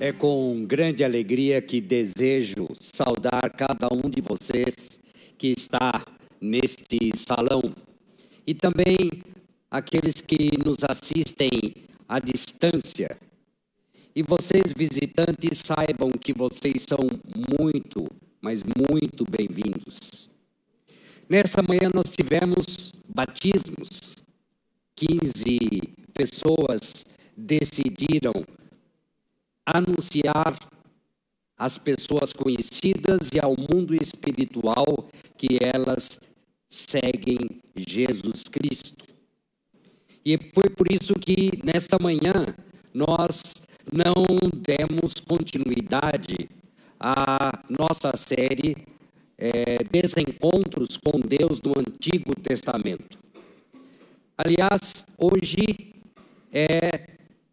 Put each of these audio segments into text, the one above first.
É com grande alegria que desejo saudar cada um de vocês que está neste salão e também aqueles que nos assistem à distância. E vocês, visitantes, saibam que vocês são muito, mas muito bem-vindos. Nessa manhã nós tivemos batismos. 15 pessoas decidiram anunciar às pessoas conhecidas e ao mundo espiritual que elas seguem Jesus Cristo. E foi por isso que nesta manhã nós não demos continuidade à nossa série Desencontros com Deus no Antigo Testamento. Aliás, hoje é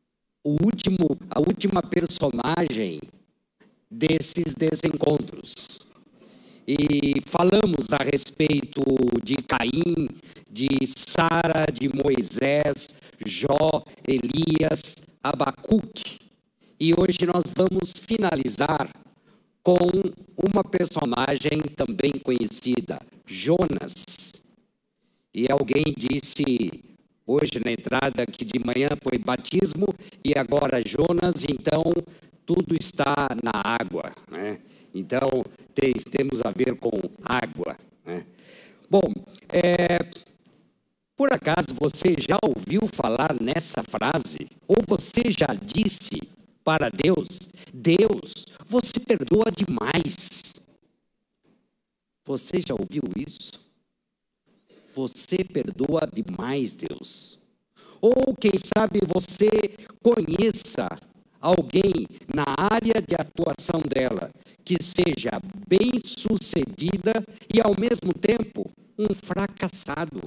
a última personagem desses desencontros. E falamos a respeito de Caim, de Sara, de Moisés, Jó, Elias, Abacuque. E hoje nós vamos finalizar com uma personagem também conhecida, Jonas. E alguém disse hoje na entrada que de manhã foi batismo e agora Jonas, então tudo está na água, né? Então temos a ver com água, né? Bom, por acaso você já ouviu falar nessa frase? Ou você já disse para Deus: Deus, você perdoa demais? Você já ouviu isso? Você perdoa demais, Deus. Ou quem sabe você conheça alguém na área de atuação dela que seja bem-sucedida e ao mesmo tempo um fracassado.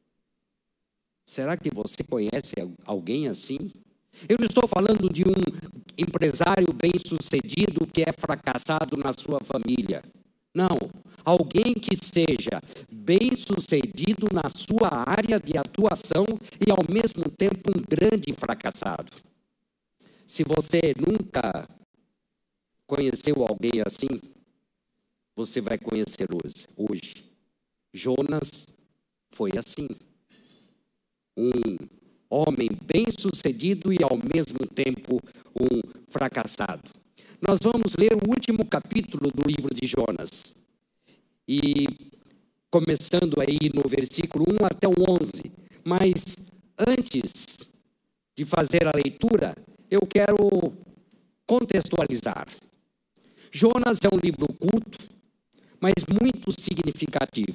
Será que você conhece alguém assim? Eu não estou falando de um empresário bem-sucedido que é fracassado na sua família. Não, alguém que seja bem-sucedido na sua área de atuação e ao mesmo tempo um grande fracassado. Se você nunca conheceu alguém assim, você vai conhecer hoje. Jonas foi assim. Um homem bem-sucedido e ao mesmo tempo um fracassado. Nós vamos ler o último capítulo do livro de Jonas. E começando aí no versículo 1 até o 11. Mas antes de fazer a leitura, eu quero contextualizar. Jonas é um livro curto, mas muito significativo.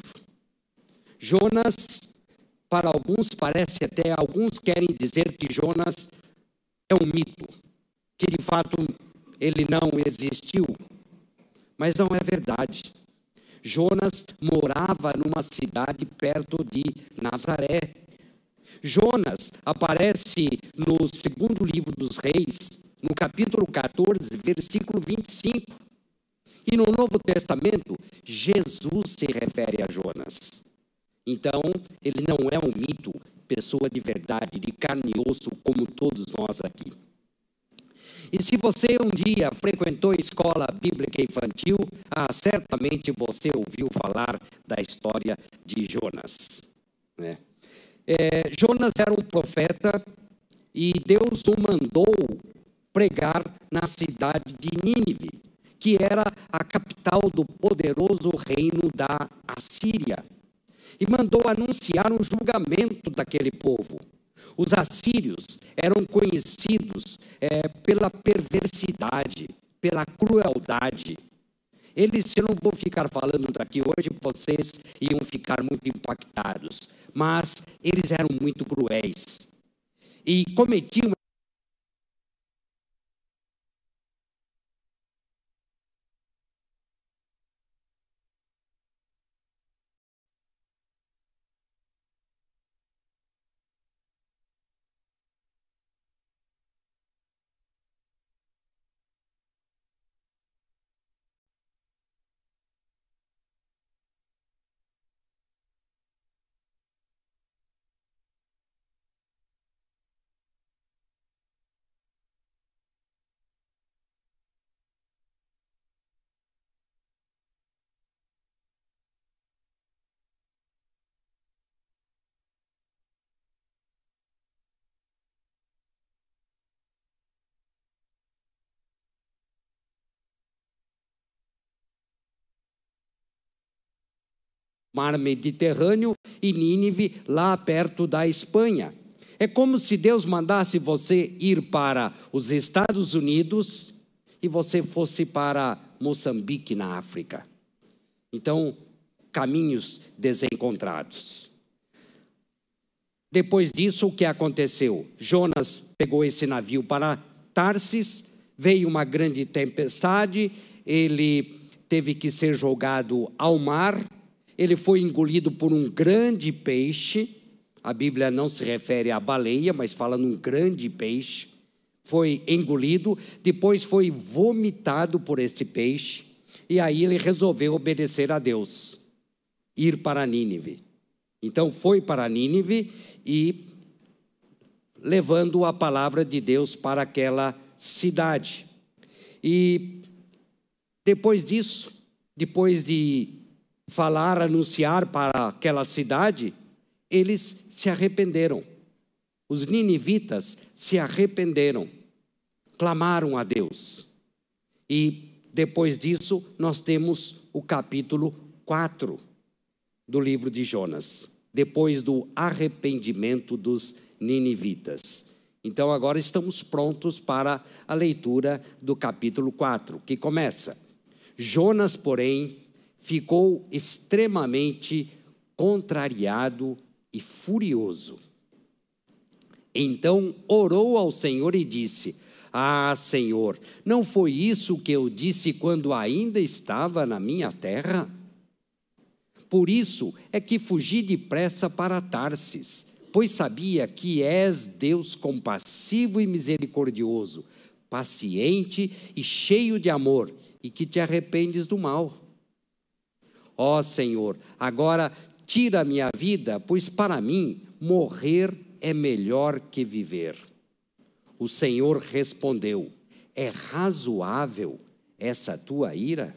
Jonas, para alguns, alguns querem dizer que Jonas é um mito, que de fato ele não existiu, mas não é verdade. Jonas morava numa cidade perto de Nazaré. Jonas aparece no segundo livro dos Reis, no capítulo 14, versículo 25. E no Novo Testamento, Jesus se refere a Jonas. Então, ele não é um mito, pessoa de verdade, de carne e osso, como todos nós aqui. E se você um dia frequentou escola bíblica infantil, certamente você ouviu falar da história de Jonas, né? Jonas era um profeta e Deus o mandou pregar na cidade de Nínive, que era a capital do poderoso reino da Assíria. E mandou anunciar um julgamento daquele povo. Os assírios eram conhecidos pela perversidade, pela crueldade. Eu não vou ficar falando daqui hoje, vocês iam ficar muito impactados, mas eles eram muito cruéis e cometiam Mar Mediterrâneo, e Nínive, lá perto da Espanha. É como se Deus mandasse você ir para os Estados Unidos e você fosse para Moçambique, na África. Então, caminhos desencontrados. Depois disso, o que aconteceu? Jonas pegou esse navio para Tarsis, veio uma grande tempestade, ele teve que ser jogado ao mar, ele foi engolido por um grande peixe. A Bíblia não se refere à baleia, mas fala num grande peixe. Foi engolido, depois foi vomitado por esse peixe, e aí ele resolveu obedecer a Deus, ir para Nínive. Então foi para Nínive e levando a palavra de Deus para aquela cidade. E depois disso, depois de falar, anunciar para aquela cidade, eles se arrependeram. Os ninivitas se arrependeram, clamaram a Deus. E depois disso, nós temos o capítulo 4 do livro de Jonas, depois do arrependimento dos ninivitas. Então agora estamos prontos para a leitura do capítulo 4, que começa: Jonas, porém, ficou extremamente contrariado e furioso. Então orou ao Senhor e disse: Ah, Senhor, não foi isso que eu disse quando ainda estava na minha terra? Por isso é que fugi depressa para Tarsis, pois sabia que és Deus compassivo e misericordioso, paciente e cheio de amor, e que te arrependes do mal. Ó Senhor, agora tira a minha vida, pois para mim morrer é melhor que viver. O Senhor respondeu: É razoável essa tua ira?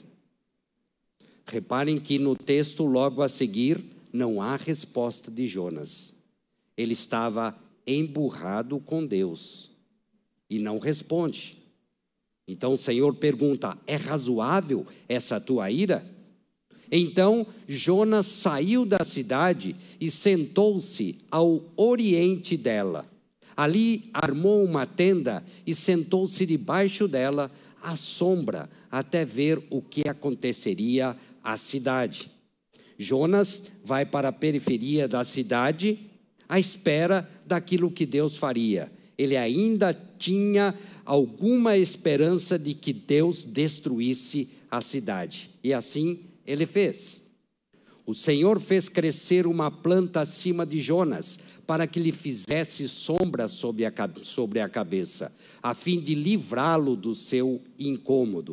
Reparem que no texto logo a seguir não há resposta de Jonas. Ele estava emburrado com Deus e não responde. Então o Senhor pergunta: É razoável essa tua ira? Então Jonas saiu da cidade e sentou-se ao oriente dela. Ali armou uma tenda e sentou-se debaixo dela, à sombra, até ver o que aconteceria à cidade. Jonas vai para a periferia da cidade, à espera daquilo que Deus faria. Ele ainda tinha alguma esperança de que Deus destruísse a cidade. E assim ele fez. O Senhor fez crescer uma planta acima de Jonas, para que lhe fizesse sombra sobre a cabeça, a fim de livrá-lo do seu incômodo.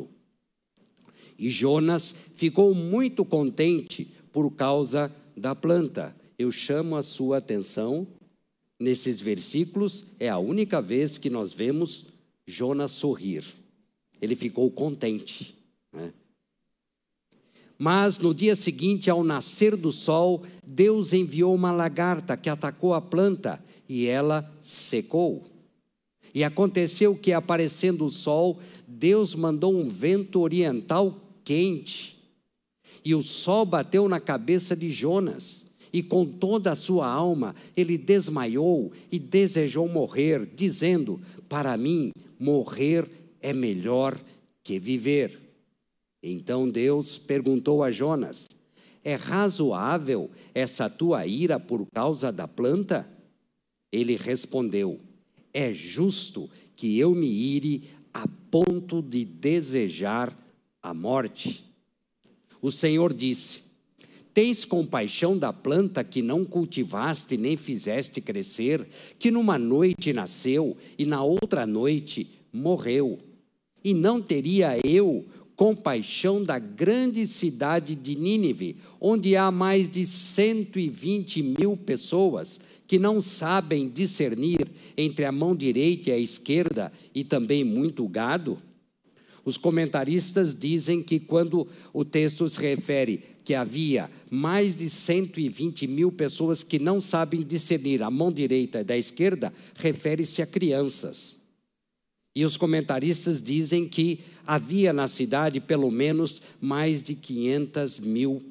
E Jonas ficou muito contente por causa da planta. Eu chamo a sua atenção, nesses versículos, é a única vez que nós vemos Jonas sorrir. Ele ficou contente, né? Mas no dia seguinte, ao nascer do sol, Deus enviou uma lagarta que atacou a planta e ela secou. E aconteceu que, aparecendo o sol, Deus mandou um vento oriental quente. E o sol bateu na cabeça de Jonas, e com toda a sua alma ele desmaiou e desejou morrer, dizendo: Para mim, morrer é melhor que viver. Então Deus perguntou a Jonas: É razoável essa tua ira por causa da planta? Ele respondeu: É justo que eu me ire a ponto de desejar a morte. O Senhor disse: Tens compaixão da planta que não cultivaste nem fizeste crescer, que numa noite nasceu e na outra noite morreu. E não teria eu compaixão da grande cidade de Nínive, onde há mais de 120.000 pessoas que não sabem discernir entre a mão direita e a esquerda, e também muito gado? Os comentaristas dizem que quando o texto se refere que havia mais de 120.000 pessoas que não sabem discernir a mão direita da esquerda, refere-se a crianças. E os comentaristas dizem que havia na cidade pelo menos mais de 500.000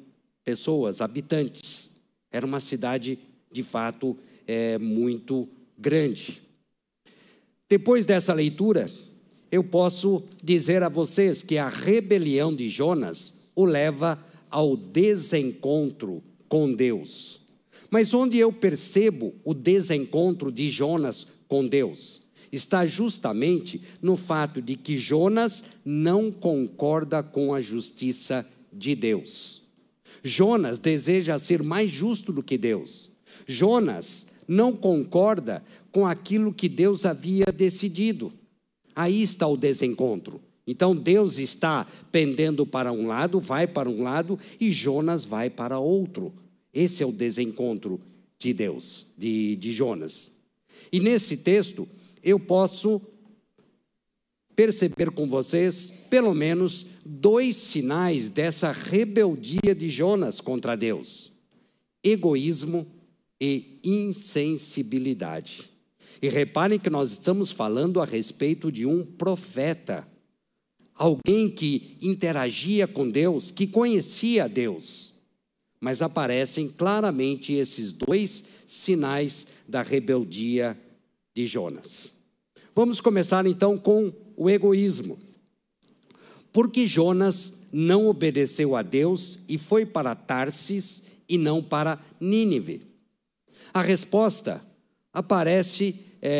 pessoas, habitantes. Era uma cidade, de fato, muito grande. Depois dessa leitura, eu posso dizer a vocês que a rebelião de Jonas o leva ao desencontro com Deus. Mas onde eu percebo o desencontro de Jonas com Deus? Está justamente no fato de que Jonas não concorda com a justiça de Deus. Jonas deseja ser mais justo do que Deus. Jonas não concorda com aquilo que Deus havia decidido. Aí está o desencontro. Então Deus está pendendo para um lado, vai para um lado, e Jonas vai para outro. Esse é o desencontro de Deus, de Jonas. E nesse texto, eu posso perceber com vocês, pelo menos, 2 sinais dessa rebeldia de Jonas contra Deus: egoísmo e insensibilidade. E reparem que nós estamos falando a respeito de um profeta, alguém que interagia com Deus, que conhecia Deus. Mas aparecem claramente esses 2 sinais da rebeldia de Jonas. Vamos começar então com o egoísmo. Por que Jonas não obedeceu a Deus e foi para Tarsis e não para Nínive? A resposta aparece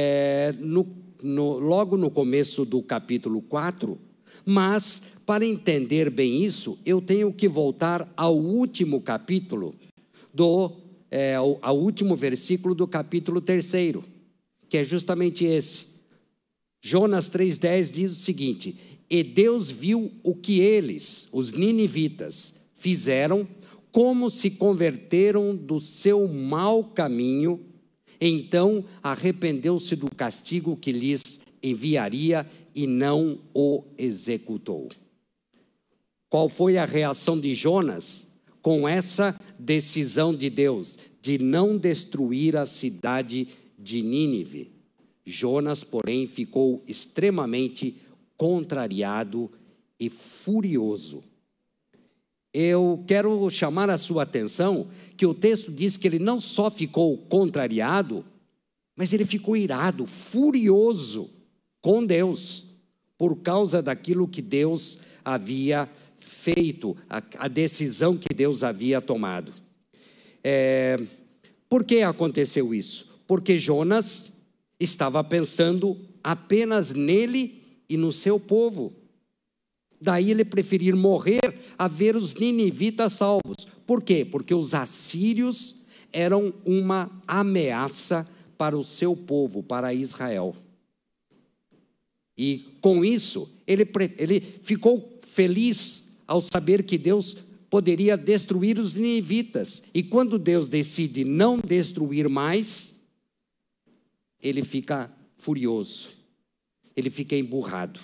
logo no começo do capítulo 4, mas para entender bem isso, eu tenho que voltar ao último capítulo, ao último versículo do capítulo 3, que é justamente esse. Jonas 3,10 diz o seguinte: e Deus viu o que eles, os ninivitas, fizeram, como se converteram do seu mau caminho, então arrependeu-se do castigo que lhes enviaria e não o executou. Qual foi a reação de Jonas com essa decisão de Deus de não destruir a cidade de Nínive? Jonas, porém, ficou extremamente contrariado e furioso. Eu quero chamar a sua atenção que o texto diz que ele não só ficou contrariado, mas ele ficou irado, furioso com Deus, por causa daquilo que Deus havia feito, a decisão que Deus havia tomado. Por que aconteceu isso? Porque Jonas estava pensando apenas nele e no seu povo. Daí ele preferir morrer a ver os ninivitas salvos. Por quê? Porque os assírios eram uma ameaça para o seu povo, para Israel. E com isso, ele ficou feliz ao saber que Deus poderia destruir os ninivitas. E quando Deus decide não destruir mais, ele fica furioso, ele fica emburrado.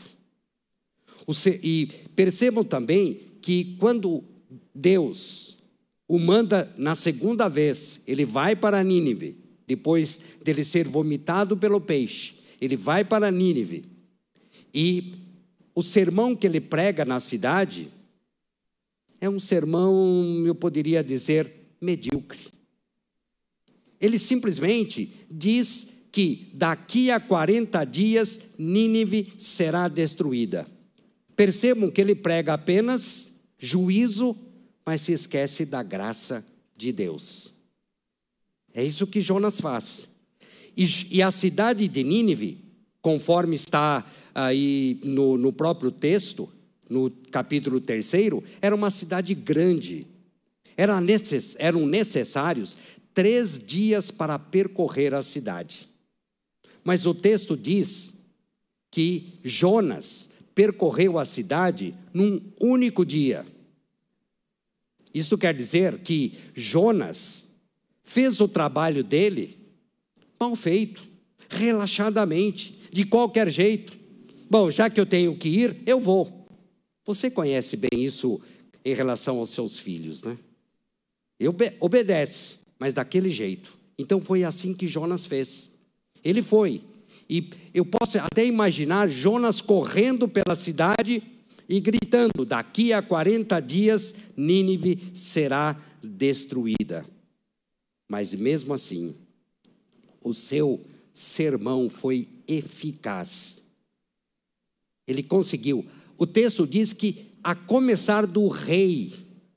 E percebam também que quando Deus o manda na segunda vez, ele vai para Nínive, depois dele ser vomitado pelo peixe, ele vai para Nínive, e o sermão que ele prega na cidade é um sermão, eu poderia dizer, medíocre. Ele simplesmente diz que daqui a 40 dias Nínive será destruída. Percebam que ele prega apenas juízo, mas se esquece da graça de Deus. É isso que Jonas faz. E a cidade de Nínive, conforme está aí no próprio texto, no capítulo 3, era uma cidade grande. Eram necessários 3 dias para percorrer a cidade. Mas o texto diz que Jonas percorreu a cidade num único dia. Isso quer dizer que Jonas fez o trabalho dele mal feito, relaxadamente, de qualquer jeito. Bom, já que eu tenho que ir, eu vou. Você conhece bem isso em relação aos seus filhos, né? Obedece, mas daquele jeito. Então foi assim que Jonas fez. Ele foi. E eu posso até imaginar Jonas correndo pela cidade, e gritando: daqui a 40 dias Nínive será destruída. Mas mesmo assim, o seu sermão foi eficaz. Ele conseguiu. O texto diz que a começar do rei,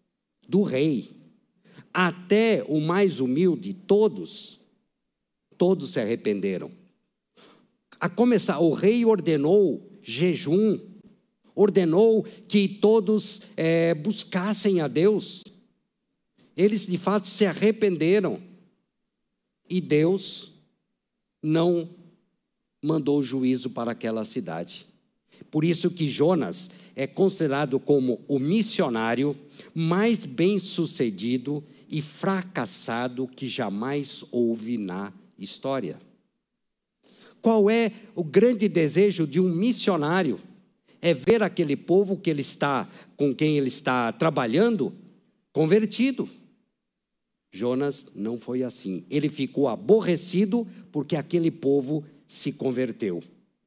até o mais humilde, todos se arrependeram. A começar, o rei ordenou jejum, ordenou que todos buscassem a Deus. Eles de fato se arrependeram. E Deus não mandou juízo para aquela cidade. Por isso que Jonas é considerado como o missionário mais bem-sucedido e fracassado que jamais houve na história. Qual é o grande desejo de um missionário? É ver aquele povo com quem ele está trabalhando convertido. Jonas não foi assim. Ele ficou aborrecido porque aquele povo se converteu.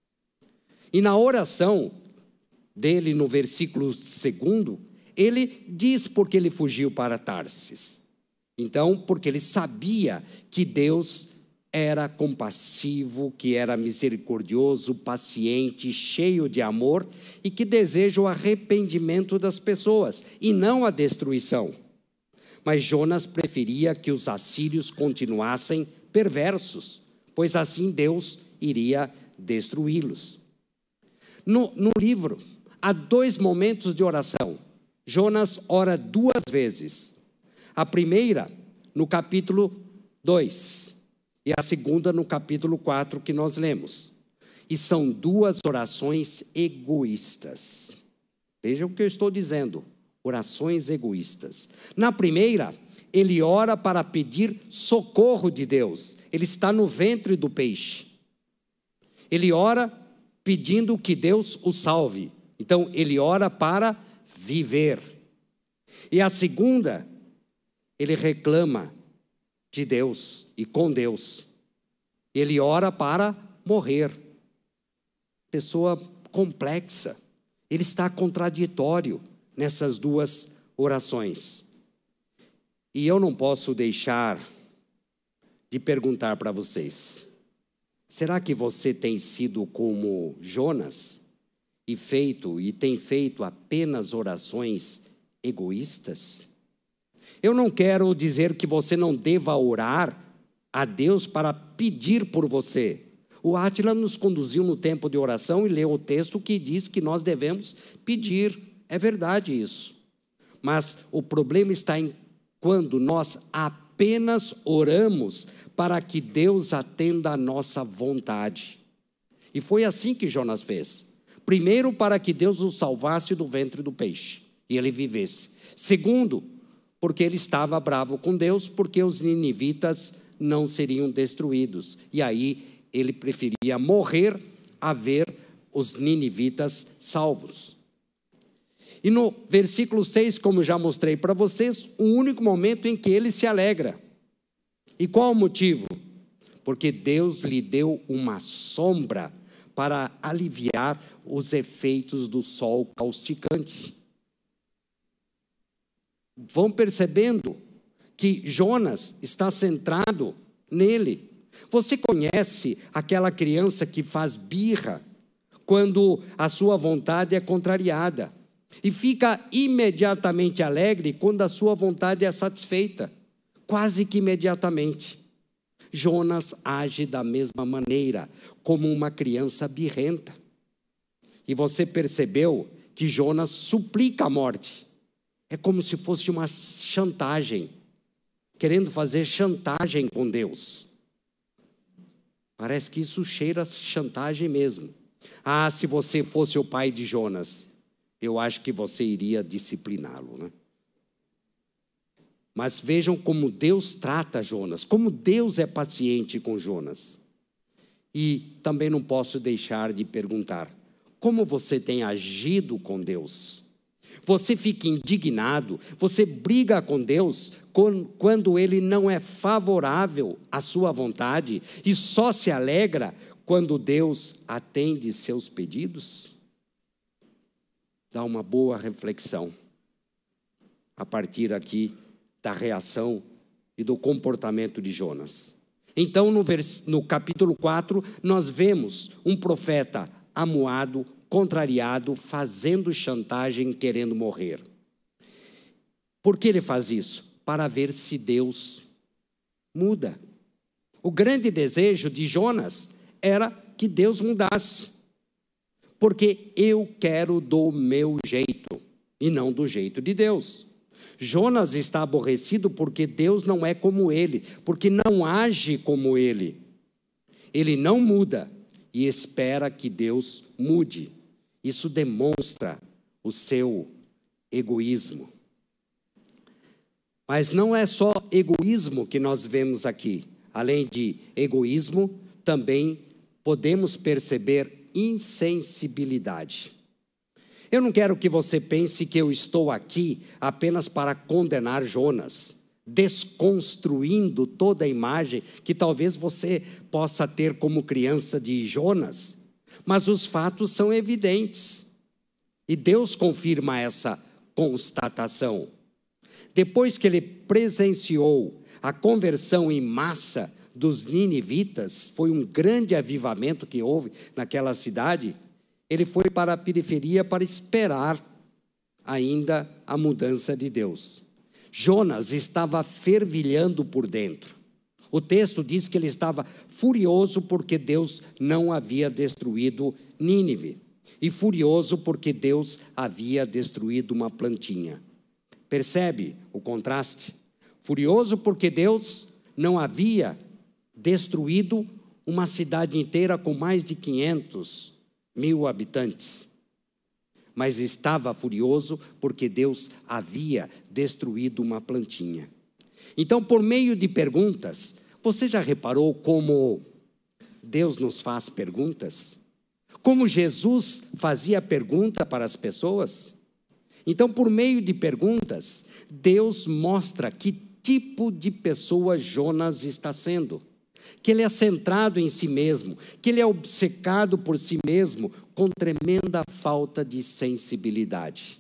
E na oração dele, no versículo 2, ele diz porque ele fugiu para Tarsis. Então, porque ele sabia que Deus era compassivo, que era misericordioso, paciente, cheio de amor e que deseja o arrependimento das pessoas e não a destruição. Mas Jonas preferia que os assírios continuassem perversos, pois assim Deus iria destruí-los. No livro, há 2 momentos de oração. Jonas ora 2 vezes. A primeira, no capítulo 2, e a segunda, no capítulo 4, que nós lemos. E são 2 orações egoístas. Vejam o que eu estou dizendo. Orações egoístas. Na primeira, ele ora para pedir socorro de Deus. Ele está no ventre do peixe. Ele ora pedindo que Deus o salve. Então, ele ora para viver. E a segunda, ele reclama de Deus e com Deus. Ele ora para morrer. Pessoa complexa. Ele está contraditório nessas 2 orações. E eu não posso deixar de perguntar para vocês: será que você tem sido como Jonas e tem feito apenas orações egoístas? Eu não quero dizer que você não deva orar a Deus para pedir por você. O Átila nos conduziu no tempo de oração e leu o texto que diz que nós devemos pedir. É verdade isso. Mas o problema está em quando nós apenas oramos para que Deus atenda a nossa vontade. E foi assim que Jonas fez. Primeiro, para que Deus o salvasse do ventre do peixe e ele vivesse. Segundo, porque ele estava bravo com Deus, porque os ninivitas não seriam destruídos. E aí ele preferia morrer a ver os ninivitas salvos. E no versículo 6, como já mostrei para vocês, o único momento em que ele se alegra. E qual o motivo? Porque Deus lhe deu uma sombra para aliviar os efeitos do sol causticante. Vão percebendo que Jonas está centrado nele. Você conhece aquela criança que faz birra quando a sua vontade é contrariada e fica imediatamente alegre quando a sua vontade é satisfeita, quase que imediatamente. Jonas age da mesma maneira, como uma criança birrenta. E você percebeu que Jonas suplica a morte. É como se fosse uma chantagem, querendo fazer chantagem com Deus. Parece que isso cheira chantagem mesmo. Ah, se você fosse o pai de Jonas, eu acho que você iria discipliná-lo, né? Mas vejam como Deus trata Jonas, como Deus é paciente com Jonas. E também não posso deixar de perguntar: como você tem agido com Deus? Você fica indignado, você briga com Deus quando Ele não é favorável à sua vontade e só se alegra quando Deus atende seus pedidos? dar uma boa reflexão a partir aqui da reação e do comportamento de Jonas. Então, no capítulo 4, nós vemos um profeta amuado, contrariado, fazendo chantagem, querendo morrer. Por que ele faz isso? Para ver se Deus muda. O grande desejo de Jonas era que Deus mudasse. Porque eu quero do meu jeito e não do jeito de Deus. Jonas está aborrecido porque Deus não é como ele, porque não age como ele. Ele não muda e espera que Deus mude. Isso demonstra o seu egoísmo. Mas não é só egoísmo que nós vemos aqui. Além de egoísmo, também podemos perceber insensibilidade. Eu não quero que você pense que eu estou aqui apenas para condenar Jonas, desconstruindo toda a imagem que talvez você possa ter como criança de Jonas, mas os fatos são evidentes. E Deus confirma essa constatação. Depois que ele presenciou a conversão em massa dos ninivitas, foi um grande avivamento que houve naquela cidade, ele foi para a periferia para esperar ainda a mudança de Deus. Jonas estava fervilhando por dentro. O texto diz que ele estava furioso porque Deus não havia destruído Nínive. E furioso porque Deus havia destruído uma plantinha. Percebe o contraste? Furioso porque Deus não havia destruído uma cidade inteira com mais de 500.000 habitantes. Mas estava furioso porque Deus havia destruído uma plantinha. Então, por meio de perguntas, você já reparou como Deus nos faz perguntas? Como Jesus fazia pergunta para as pessoas? Então, por meio de perguntas, Deus mostra que tipo de pessoa Jonas está sendo. Que ele é centrado em si mesmo, que ele é obcecado por si mesmo, com tremenda falta de sensibilidade.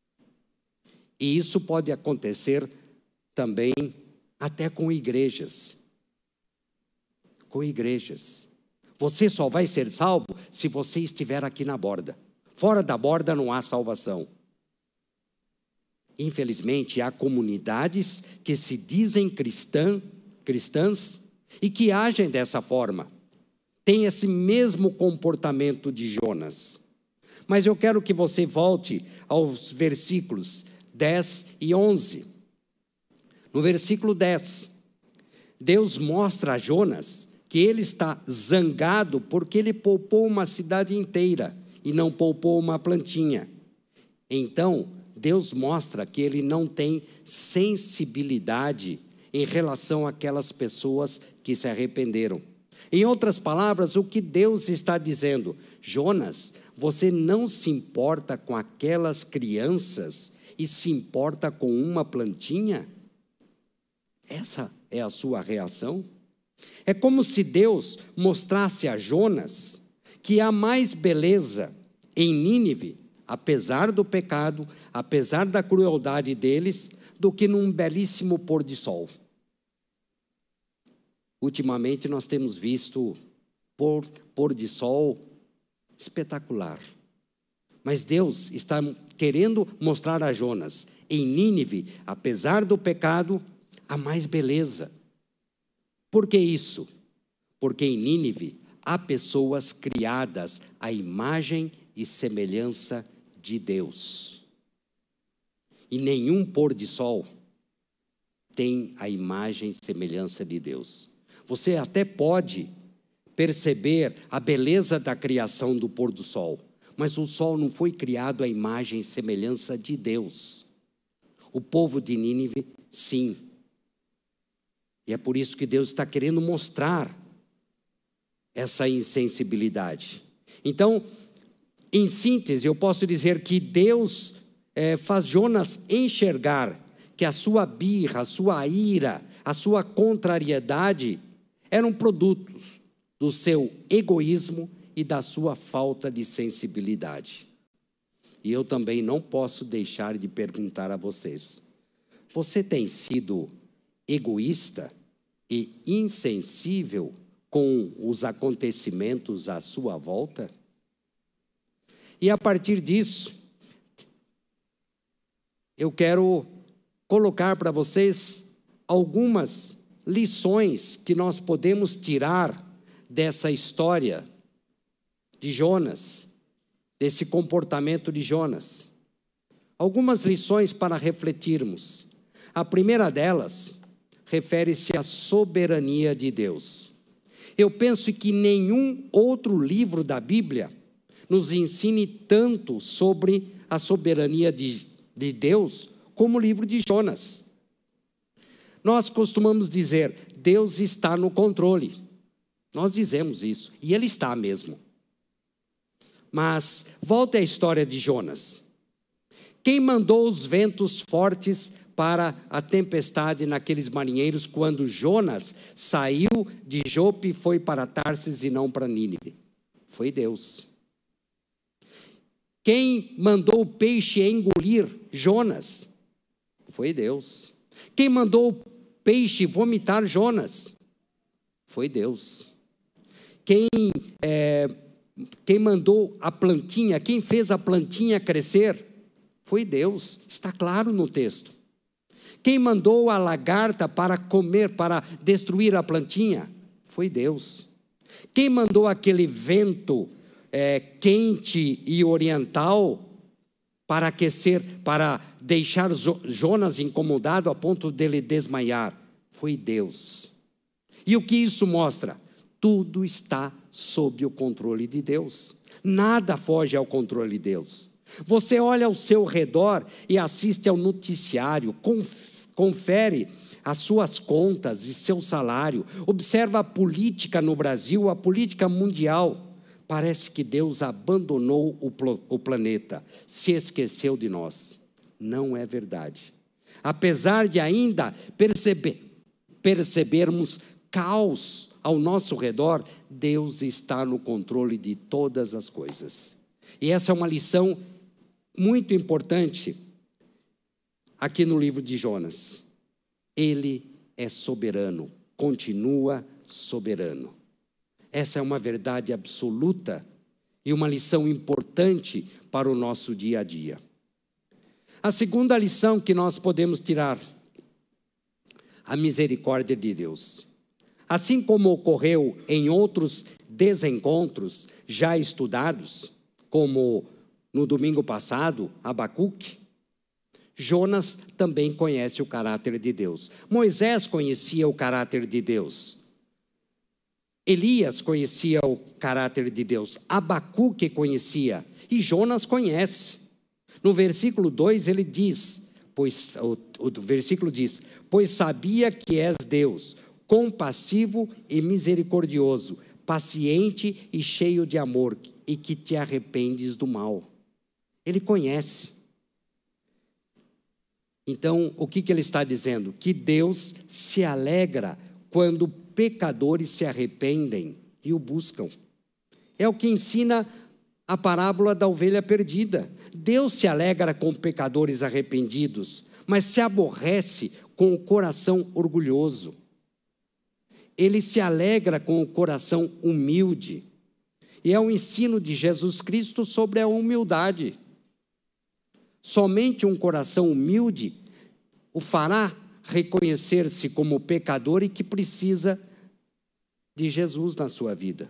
E isso pode acontecer também até com igrejas. Com igrejas. Você só vai ser salvo se você estiver aqui na borda. Fora da borda não há salvação. Infelizmente, há comunidades que se dizem cristãs e que agem dessa forma. Tem esse mesmo comportamento de Jonas. Mas eu quero que você volte aos versículos 10 e 11. No versículo 10, Deus mostra a Jonas que ele está zangado porque ele poupou uma cidade inteira e não poupou uma plantinha. Então, Deus mostra que ele não tem sensibilidade em relação àquelas pessoas que se arrependeram. Em outras palavras, o que Deus está dizendo? Jonas, você não se importa com aquelas crianças e se importa com uma plantinha? Essa é a sua reação? É como se Deus mostrasse a Jonas que há mais beleza em Nínive, apesar do pecado, apesar da crueldade deles, do que num belíssimo pôr de sol. Ultimamente nós temos visto pôr de sol espetacular. Mas Deus está querendo mostrar a Jonas, em Nínive, apesar do pecado, há mais beleza. Por que isso? Porque em Nínive há pessoas criadas à imagem e semelhança de Deus. E nenhum pôr de sol tem a imagem e semelhança de Deus. Você até pode perceber a beleza da criação do pôr do sol, mas o sol não foi criado à imagem e semelhança de Deus. O povo de Nínive, sim. E é por isso que Deus está querendo mostrar essa insensibilidade. Então, em síntese, eu posso dizer que Deus faz Jonas enxergar que a sua birra, a sua ira, a sua contrariedade eram produtos do seu egoísmo e da sua falta de sensibilidade. E eu também não posso deixar de perguntar a vocês: você tem sido egoísta e insensível com os acontecimentos à sua volta? E a partir disso, eu quero colocar para vocês algumas lições que nós podemos tirar dessa história de Jonas, desse comportamento de Jonas. Algumas lições para refletirmos. A primeira delas refere-se à soberania de Deus. Eu penso que nenhum outro livro da Bíblia nos ensine tanto sobre a soberania de Deus como o livro de Jonas. Nós costumamos dizer: Deus está no controle. Nós dizemos isso, e Ele está mesmo. Mas volte à história de Jonas. Quem mandou os ventos fortes para a tempestade naqueles marinheiros quando Jonas saiu de Jope e foi para Tarsis e não para Nínive? Foi Deus. Quem mandou o peixe engolir Jonas? Foi Deus. Quem mandou o peixe vomitar Jonas? Foi Deus. Quem mandou a plantinha, quem fez a plantinha crescer? Foi Deus. Está claro no texto. Quem mandou a lagarta para comer, para destruir a plantinha? Foi Deus. Quem mandou aquele vento quente e oriental para aquecer, para deixar Jonas incomodado a ponto dele desmaiar? Foi Deus. E o que isso mostra? Tudo está sob o controle de Deus. Nada foge ao controle de Deus. Você olha ao seu redor e assiste ao noticiário, confere as suas contas e seu salário, observa a política no Brasil, a política mundial. Parece que Deus abandonou o planeta, se esqueceu de nós. Não é verdade. Apesar de ainda percebermos caos ao nosso redor, Deus está no controle de todas as coisas. E essa é uma lição muito importante aqui no livro de Jonas. Ele é soberano, continua soberano. Essa é uma verdade absoluta e uma lição importante para o nosso dia a dia. A segunda lição que nós podemos tirar: a misericórdia de Deus. Assim como ocorreu em outros desencontros já estudados, como no domingo passado, Abacuque, Jonas também conhece o caráter de Deus. Moisés conhecia o caráter de Deus. Elias conhecia o caráter de Deus. Abacuque conhecia. E Jonas conhece. No versículo 2 ele diz, o versículo diz: pois sabia que és Deus, compassivo e misericordioso, paciente e cheio de amor, e que te arrependes do mal. Ele conhece. Então, o que ele está dizendo? Que Deus se alegra quando pecadores se arrependem e o buscam. É o que ensina a parábola da ovelha perdida. Deus se alegra com pecadores arrependidos, mas se aborrece com o coração orgulhoso. Ele se alegra com o coração humilde. E é o ensino de Jesus Cristo sobre a humildade. Somente um coração humilde o fará reconhecer-se como pecador e que precisa de Jesus na sua vida.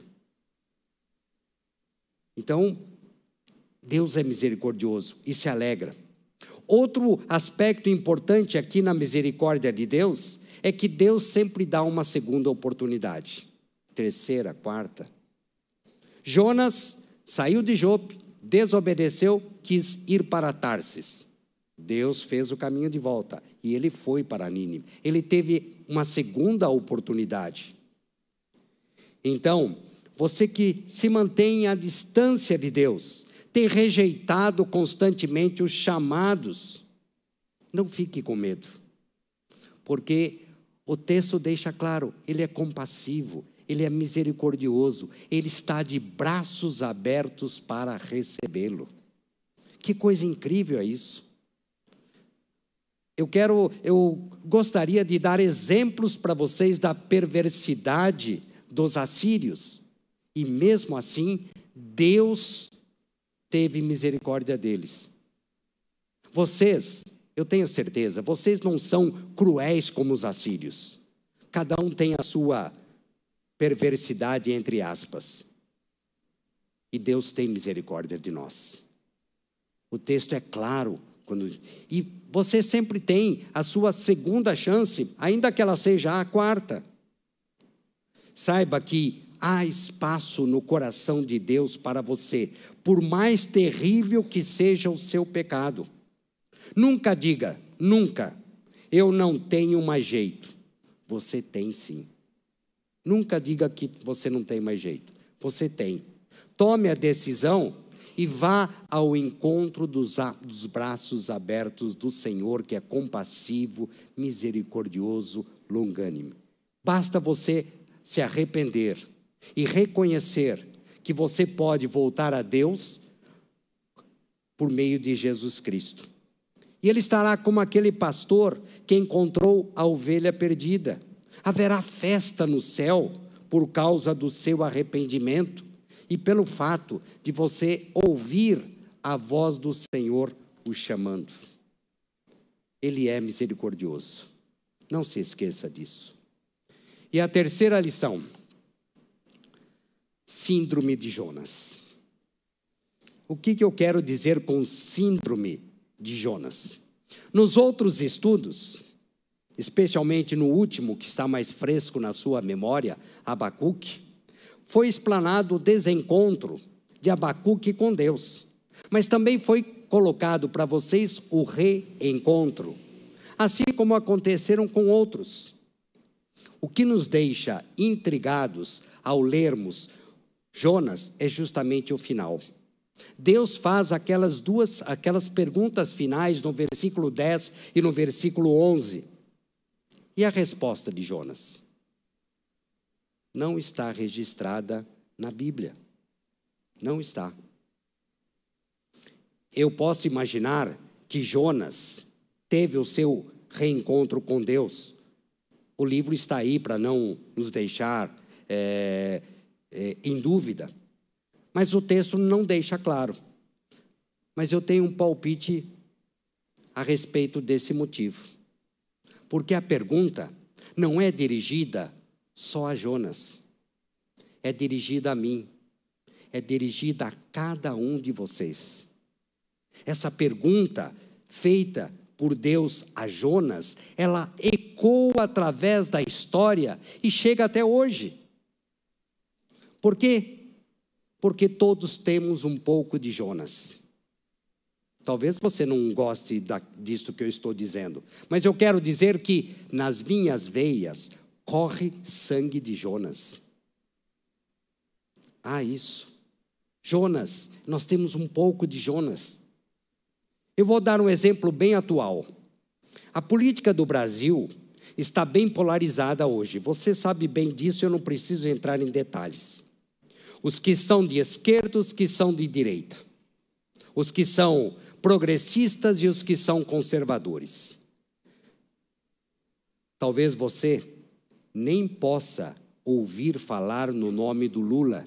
Então, Deus é misericordioso e se alegra. Outro aspecto importante aqui na misericórdia de Deus é que Deus sempre dá uma segunda oportunidade. Terceira, quarta. Jonas saiu de Jope, desobedeceu, quis ir para Tarsis. Deus fez o caminho de volta e ele foi para Nínive. Ele teve uma segunda oportunidade. Então, você que se mantém à distância de Deus, tem rejeitado constantemente os chamados, não fique com medo, porque o texto deixa claro: ele é compassivo, ele é misericordioso, ele está de braços abertos para recebê-lo. Que coisa incrível é isso. Eu gostaria de dar exemplos para vocês da perversidade dos assírios. E mesmo assim, Deus teve misericórdia deles. Vocês, eu tenho certeza, vocês não são cruéis como os assírios. Cada um tem a sua perversidade, entre aspas. E Deus tem misericórdia de nós. O texto é claro. E você sempre tem a sua segunda chance, ainda que ela seja a quarta. Saiba que há espaço no coração de Deus para você, por mais terrível que seja o seu pecado. Nunca diga, nunca, eu não tenho mais jeito. Você tem sim. Nunca diga que você não tem mais jeito. Você tem. Tome a decisão e vá ao encontro dos braços abertos do Senhor, que é compassivo, misericordioso, longânime. Basta você se arrepender e reconhecer que você pode voltar a Deus por meio de Jesus Cristo. E Ele estará como aquele pastor que encontrou a ovelha perdida. Haverá festa no céu por causa do seu arrependimento e pelo fato de você ouvir a voz do Senhor o chamando. Ele é misericordioso. Não se esqueça disso. E a terceira lição: síndrome de Jonas. O que eu quero dizer com síndrome de Jonas? Nos outros estudos, especialmente no último, que está mais fresco na sua memória, Abacuque, foi explanado o desencontro de Abacuque com Deus. Mas também foi colocado para vocês o reencontro, assim como aconteceram com outros. O que nos deixa intrigados ao lermos Jonas é justamente o final. Deus faz aquelas perguntas finais no versículo 10 e no versículo 11. E a resposta de Jonas não está registrada na Bíblia. Não está. Eu posso imaginar que Jonas teve o seu reencontro com Deus. O livro está aí para não nos deixar em dúvida. Mas o texto não deixa claro. Mas eu tenho um palpite a respeito desse motivo. Porque a pergunta não é dirigida só a Jonas. É dirigida a mim. É dirigida a cada um de vocês. Essa pergunta feita por Deus a Jonas, ela ecoa através da história e chega até hoje. Por quê? Porque todos temos um pouco de Jonas. Talvez você não goste disso que eu estou dizendo, mas eu quero dizer que nas minhas veias corre sangue de Jonas. Isso. Jonas, nós temos um pouco de Jonas. Eu vou dar um exemplo bem atual. A política do Brasil está bem polarizada hoje. Você sabe bem disso, eu não preciso entrar em detalhes. Os que são de esquerda, os que são de direita. Os que são progressistas e os que são conservadores. Talvez você nem possa ouvir falar no nome do Lula.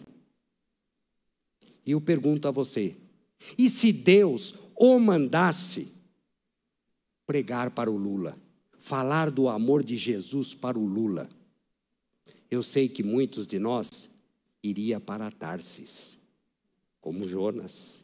E eu pergunto a você, e se Deus o mandasse pregar para o Lula, falar do amor de Jesus para o Lula? Eu sei que muitos de nós iria para Tarsis, como Jonas.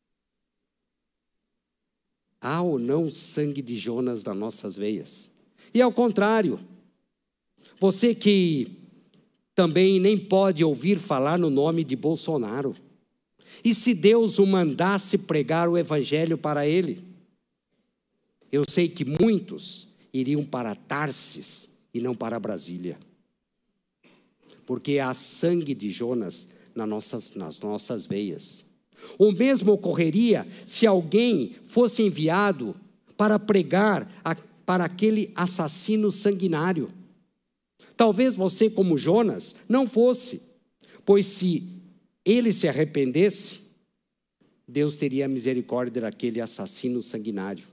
Há ou não sangue de Jonas nas nossas veias? E ao contrário, você que também nem pode ouvir falar no nome de Bolsonaro, e se Deus o mandasse pregar o evangelho para ele? Eu sei que muitos iriam para Tarsis e não para Brasília, porque há sangue de Jonas nas nossas veias. O mesmo ocorreria se alguém fosse enviado para pregar para aquele assassino sanguinário. Talvez você, como Jonas, não fosse, pois se ele se arrependesse, Deus teria misericórdia daquele assassino sanguinário.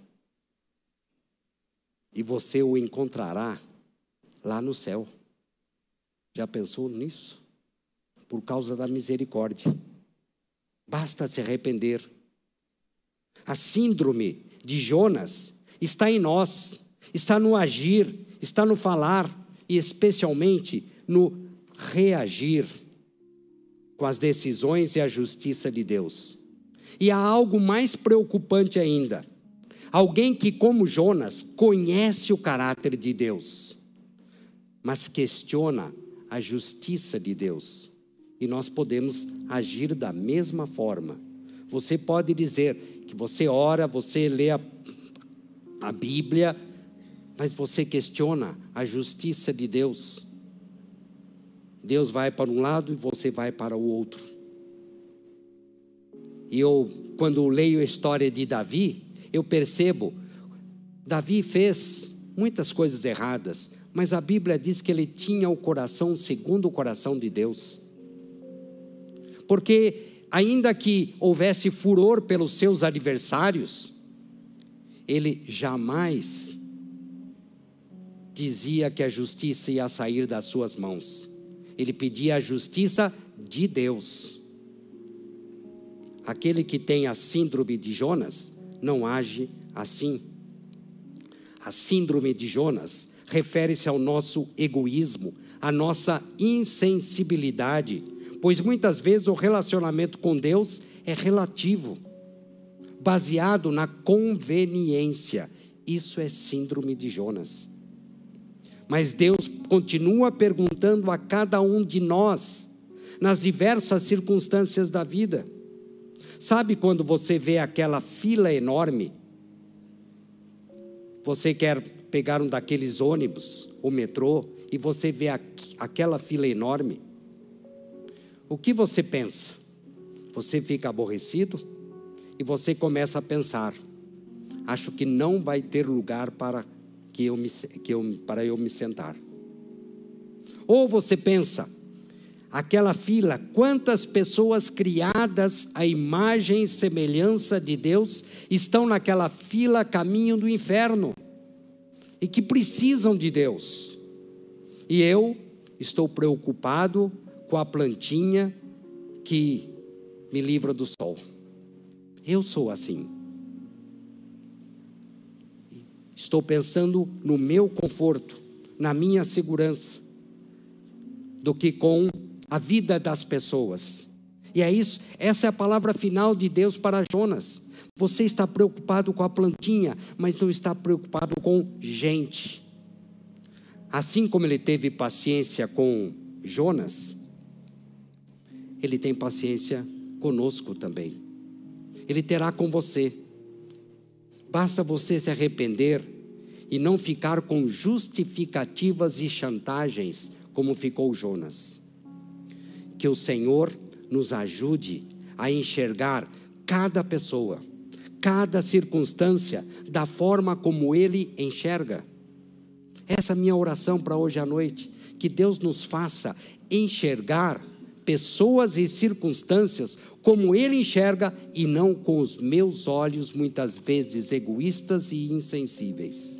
E você o encontrará lá no céu. Já pensou nisso? Por causa da misericórdia. Basta se arrepender. A síndrome de Jonas está em nós, está no agir, está no falar e especialmente no reagir com as decisões e a justiça de Deus. E há algo mais preocupante ainda. Alguém que, como Jonas, conhece o caráter de Deus, mas questiona a justiça de Deus. E nós podemos agir da mesma forma. Você pode dizer que você ora, você lê a Bíblia, mas você questiona a justiça de Deus. Deus vai para um lado e você vai para o outro. E eu, quando leio a história de Davi, eu percebo, Davi fez muitas coisas erradas, mas a Bíblia diz que ele tinha o coração segundo o coração de Deus. Porque ainda que houvesse furor pelos seus adversários, ele jamais dizia que a justiça ia sair das suas mãos. Ele pedia a justiça de Deus. Aquele que tem a síndrome de Jonas não age assim. A síndrome de Jonas refere-se ao nosso egoísmo, à nossa insensibilidade, pois muitas vezes o relacionamento com Deus é relativo, baseado na conveniência. Isso é síndrome de Jonas. Mas Deus continua perguntando a cada um de nós, nas diversas circunstâncias da vida. Sabe quando você vê aquela fila enorme? Você quer pegar um daqueles ônibus, o metrô, e você vê aquela fila enorme. O que você pensa? Você fica aborrecido e você começa a pensar: acho que não vai ter lugar para eu me sentar. Ou você pensa: aquela fila, quantas pessoas criadas à imagem e semelhança de Deus estão naquela fila a caminho do inferno e que precisam de Deus. E eu estou preocupado com a plantinha que me livra do sol. Eu sou assim. Estou pensando no meu conforto, na minha segurança, do que com a vida das pessoas. E é isso, essa é a palavra final de Deus para Jonas. Você está preocupado com a plantinha, mas não está preocupado com gente. Assim como ele teve paciência com Jonas, ele tem paciência conosco também. Ele terá com você. Basta você se arrepender e não ficar com justificativas e chantagens, como ficou Jonas. Que o Senhor nos ajude a enxergar cada pessoa, cada circunstância, da forma como Ele enxerga. Essa é a minha oração para hoje à noite. Que Deus nos faça enxergar pessoas e circunstâncias como Ele enxerga e não com os meus olhos, muitas vezes egoístas e insensíveis.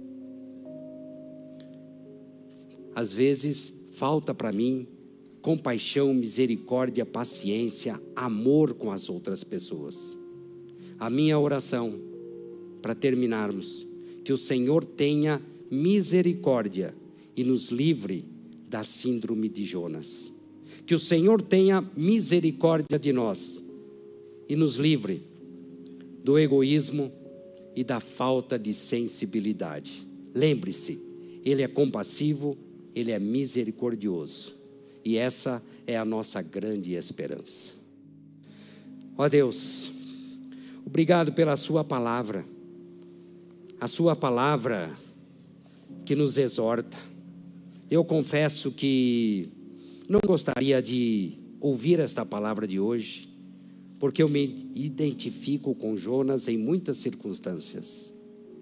Às vezes falta para mim compaixão, misericórdia, paciência, amor com as outras pessoas. A minha oração, para terminarmos, que o Senhor tenha misericórdia e nos livre da síndrome de Jonas. Que o Senhor tenha misericórdia de nós e nos livre do egoísmo e da falta de sensibilidade. Lembre-se, Ele é compassivo, Ele é misericordioso. E essa é a nossa grande esperança. Ó Deus, obrigado pela sua palavra. A sua palavra que nos exorta. Eu confesso que não gostaria de ouvir esta palavra de hoje, porque eu me identifico com Jonas em muitas circunstâncias.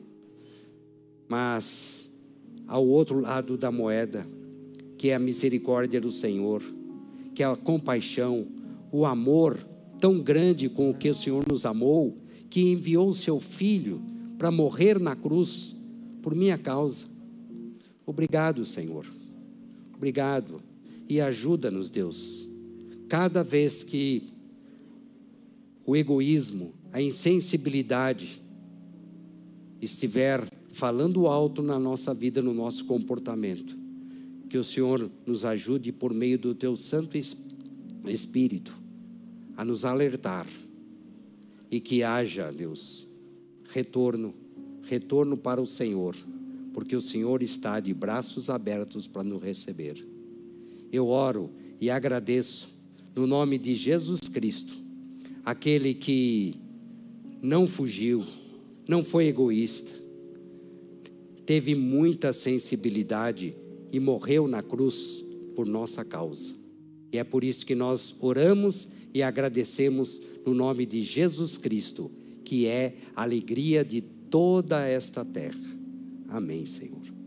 Mas ao outro lado da moeda, que é a misericórdia do Senhor, que é a compaixão, o amor tão grande com o que o Senhor nos amou, que enviou o seu Filho para morrer na cruz por minha causa. Obrigado, Senhor. Obrigado. E ajuda-nos, Deus. Cada vez que o egoísmo, a insensibilidade estiver falando alto na nossa vida, no nosso comportamento, que o Senhor nos ajude por meio do teu Santo Espírito a nos alertar e que haja, Deus, retorno para o Senhor, porque o Senhor está de braços abertos para nos receber. Eu oro e agradeço no nome de Jesus Cristo, aquele que não fugiu, não foi egoísta, teve muita sensibilidade e morreu na cruz por nossa causa. E é por isso que nós oramos e agradecemos no nome de Jesus Cristo, que é a alegria de toda esta terra. Amém, Senhor.